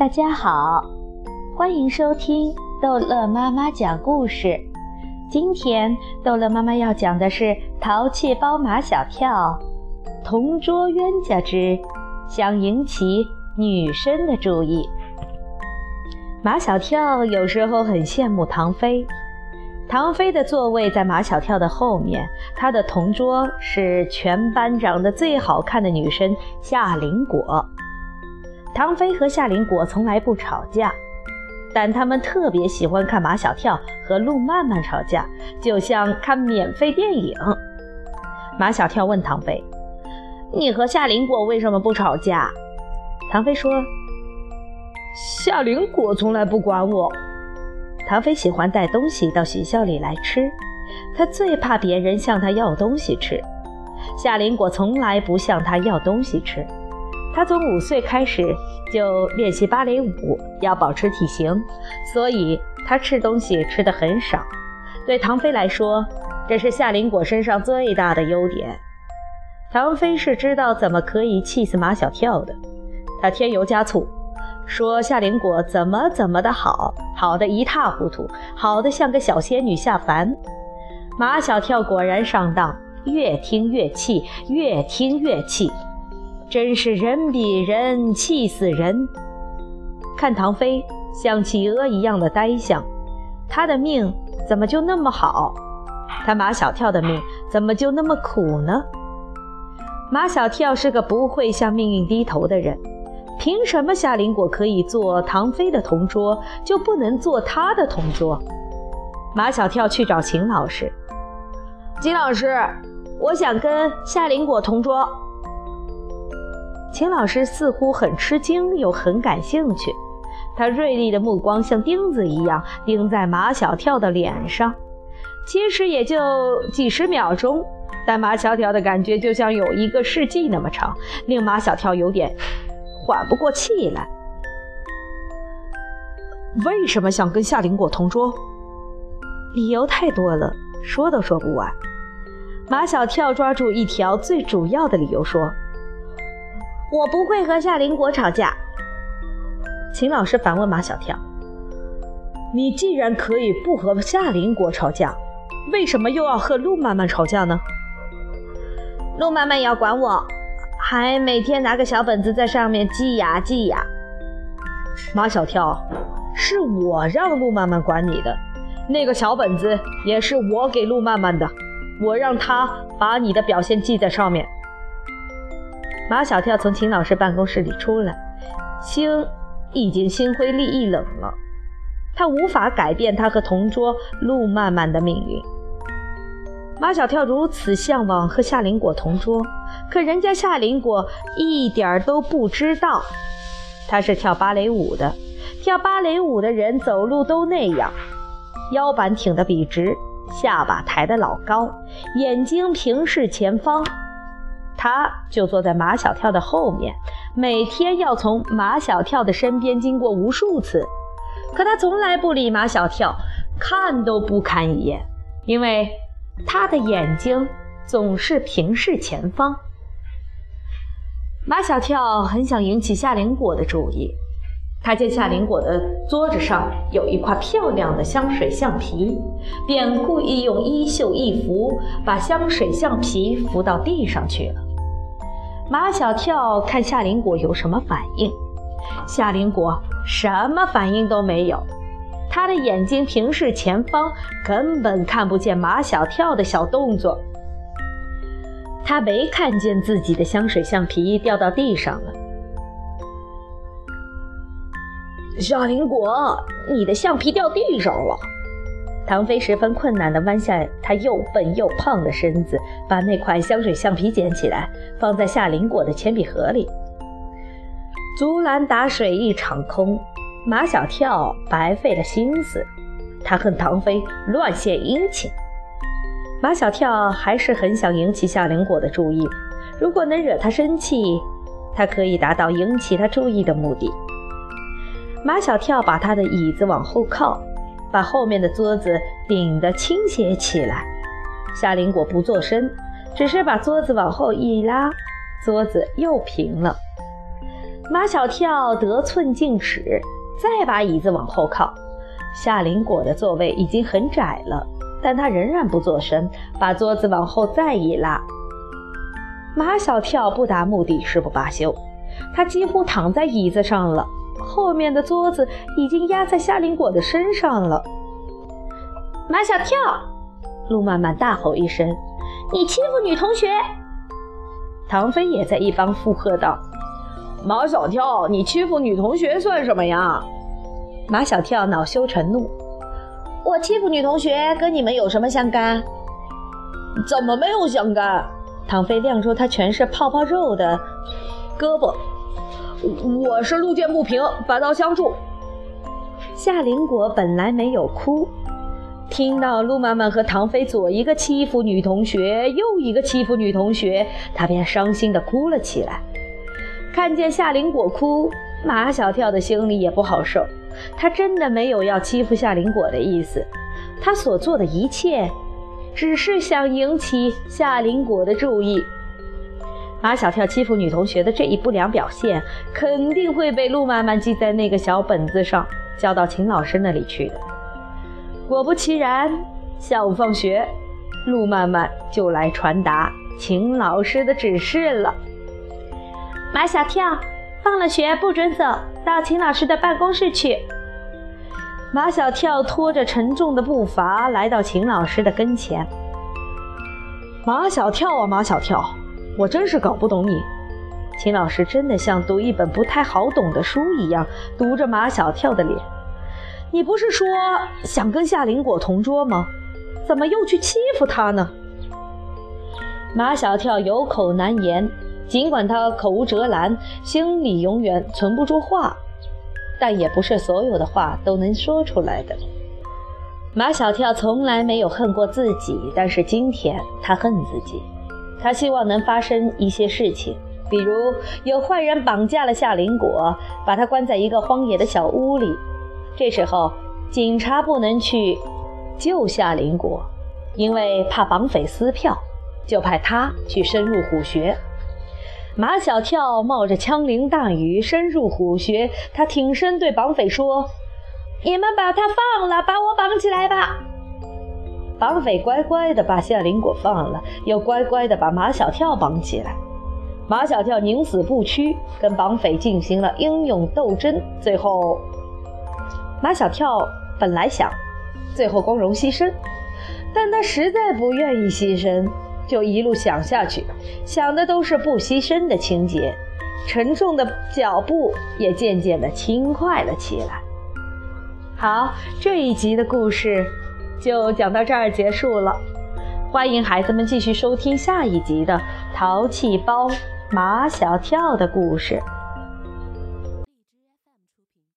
大家好，欢迎收听逗乐妈妈讲故事。今天逗乐妈妈要讲的是淘气包马小跳同桌冤家之想引起女生的注意。马小跳有时候很羡慕唐飞，唐飞的座位在马小跳的后面，他的同桌是全班长得最好看的女生夏林果。唐飞和夏林果从来不吵架，但他们特别喜欢看马小跳和陆漫漫吵架，就像看免费电影。马小跳问唐飞：你和夏林果为什么不吵架？唐飞说：夏林果从来不管我。唐飞喜欢带东西到学校里来吃，他最怕别人向他要东西吃。夏林果从来不向他要东西吃，他从5岁开始就练习芭蕾舞，要保持体型，所以他吃东西吃得很少。对唐飞来说，这是夏林果身上最大的优点。唐飞是知道怎么可以气死马小跳的，他添油加醋，说夏林果怎么的好得一塌糊涂，好得像个小仙女下凡。马小跳果然上当，越听越气，越听越气，真是人比人气死人。看唐飞像企鹅一样的呆相，他的命怎么就那么好？他马小跳的命怎么就那么苦呢？马小跳是个不会向命运低头的人，凭什么夏林果可以做唐飞的同桌，就不能做他的同桌？马小跳去找秦老师：秦老师，我想跟夏林果同桌。秦老师似乎很吃惊又很感兴趣，他锐利的目光像钉子一样钉在马小跳的脸上，其实也就几十秒钟，但马小跳的感觉就像有1个世纪那么长，令马小跳有点缓不过气来。为什么想跟夏林果同桌？理由太多了，说都说不完。马小跳抓住一条最主要的理由说：我不会和夏林果吵架。秦老师反问马小跳：你既然可以不和夏林果吵架，为什么又要和陆漫漫吵架呢？陆漫漫要管我，还每天拿个小本子在上面记呀记呀。马小跳：是我让陆漫漫管你的，那个小本子也是我给陆漫漫的，我让他把你的表现记在上面。马小跳从秦老师办公室里出来，已经心灰意冷了，他无法改变他和同桌陆漫漫的命运。马小跳如此向往和夏林果同桌，可人家夏林果一点都不知道，他是跳芭蕾舞的，跳芭蕾舞的人走路都那样，腰板挺得笔直，下巴抬得老高，眼睛平视前方。他就坐在马小跳的后面，每天要从马小跳的身边经过无数次，可他从来不理马小跳，看都不看一眼，因为他的眼睛总是平视前方。马小跳很想引起夏林果的注意，他见夏林果的桌子上有一块漂亮的香水橡皮，便故意用衣袖一拂，把香水橡皮拂到地上去了。马小跳看夏林果有什么反应，夏林果什么反应都没有，他的眼睛平视前方，根本看不见马小跳的小动作。他没看见自己的香水橡皮掉到地上了。夏林果，你的橡皮掉地上了。唐飞十分困难地弯下他又笨又胖的身子，把那块香水橡皮捡起来，放在夏林果的铅笔盒里。竹篮打水一场空，马小跳白费了心思，他恨唐飞乱献殷勤。马小跳还是很想引起夏林果的注意，如果能惹他生气，他可以达到引起他注意的目的。马小跳把他的椅子往后靠，把后面的桌子顶得倾斜起来。夏林果不做声，只是把桌子往后一拉，桌子又平了。 马小跳得寸进尺，再把椅子往后靠。夏林果的座位已经很窄了，但他仍然不作声，把桌子往后再一拉。马小跳不达目的誓不罢休，他几乎躺在椅子上了，后面的桌子已经压在夏林果的身上了。马小跳！陆曼曼大吼一声，你欺负女同学！唐飞也在一旁附和道，马小跳，你欺负女同学算什么呀？马小跳恼羞成怒，我欺负女同学跟你们有什么相干？怎么没有相干？唐飞亮出他全是泡泡肉的胳膊，我是路见不平，拔刀相助。夏林果本来没有哭，听到陆曼曼和唐飞左一个欺负女同学，右一个欺负女同学，他便伤心地哭了起来。看见夏林果哭，马小跳的心里也不好受，他真的没有要欺负夏林果的意思，他所做的一切只是想引起夏林果的注意。马小跳欺负女同学的这一不良表现，肯定会被陆曼曼记在那个小本子上，交到秦老师那里去的。果不其然，下午放学，陆曼曼就来传达秦老师的指示了。马小跳，放了学不准走，到秦老师的办公室去。马小跳拖着沉重的步伐来到秦老师的跟前。马小跳啊，马小跳，我真是搞不懂你。秦老师真的像读一本不太好懂的书一样，读着马小跳的脸。你不是说想跟夏林果同桌吗？怎么又去欺负他呢？马小跳有口难言，尽管他口无遮拦，心里永远存不住话，但也不是所有的话都能说出来的。马小跳从来没有恨过自己，但是今天他恨自己。他希望能发生一些事情，比如有坏人绑架了夏林果，把他关在一个荒野的小屋里。这时候警察不能去救夏林果，因为怕绑匪撕票，就派他去深入虎穴。马小跳冒着枪林弹雨深入虎穴，他挺身对绑匪说，你们把他放了，把我绑起来吧。绑匪乖乖地把夏林果放了，又乖乖地把马小跳绑起来。马小跳宁死不屈，跟绑匪进行了英勇斗争。最后马小跳本来想最后光荣牺牲，但他实在不愿意牺牲，就一路想下去，想的都是不牺牲的情节，沉重的脚步也渐渐地轻快了起来。好，这一集的故事就讲到这儿结束了，欢迎孩子们继续收听下一集的淘气包马小跳的故事。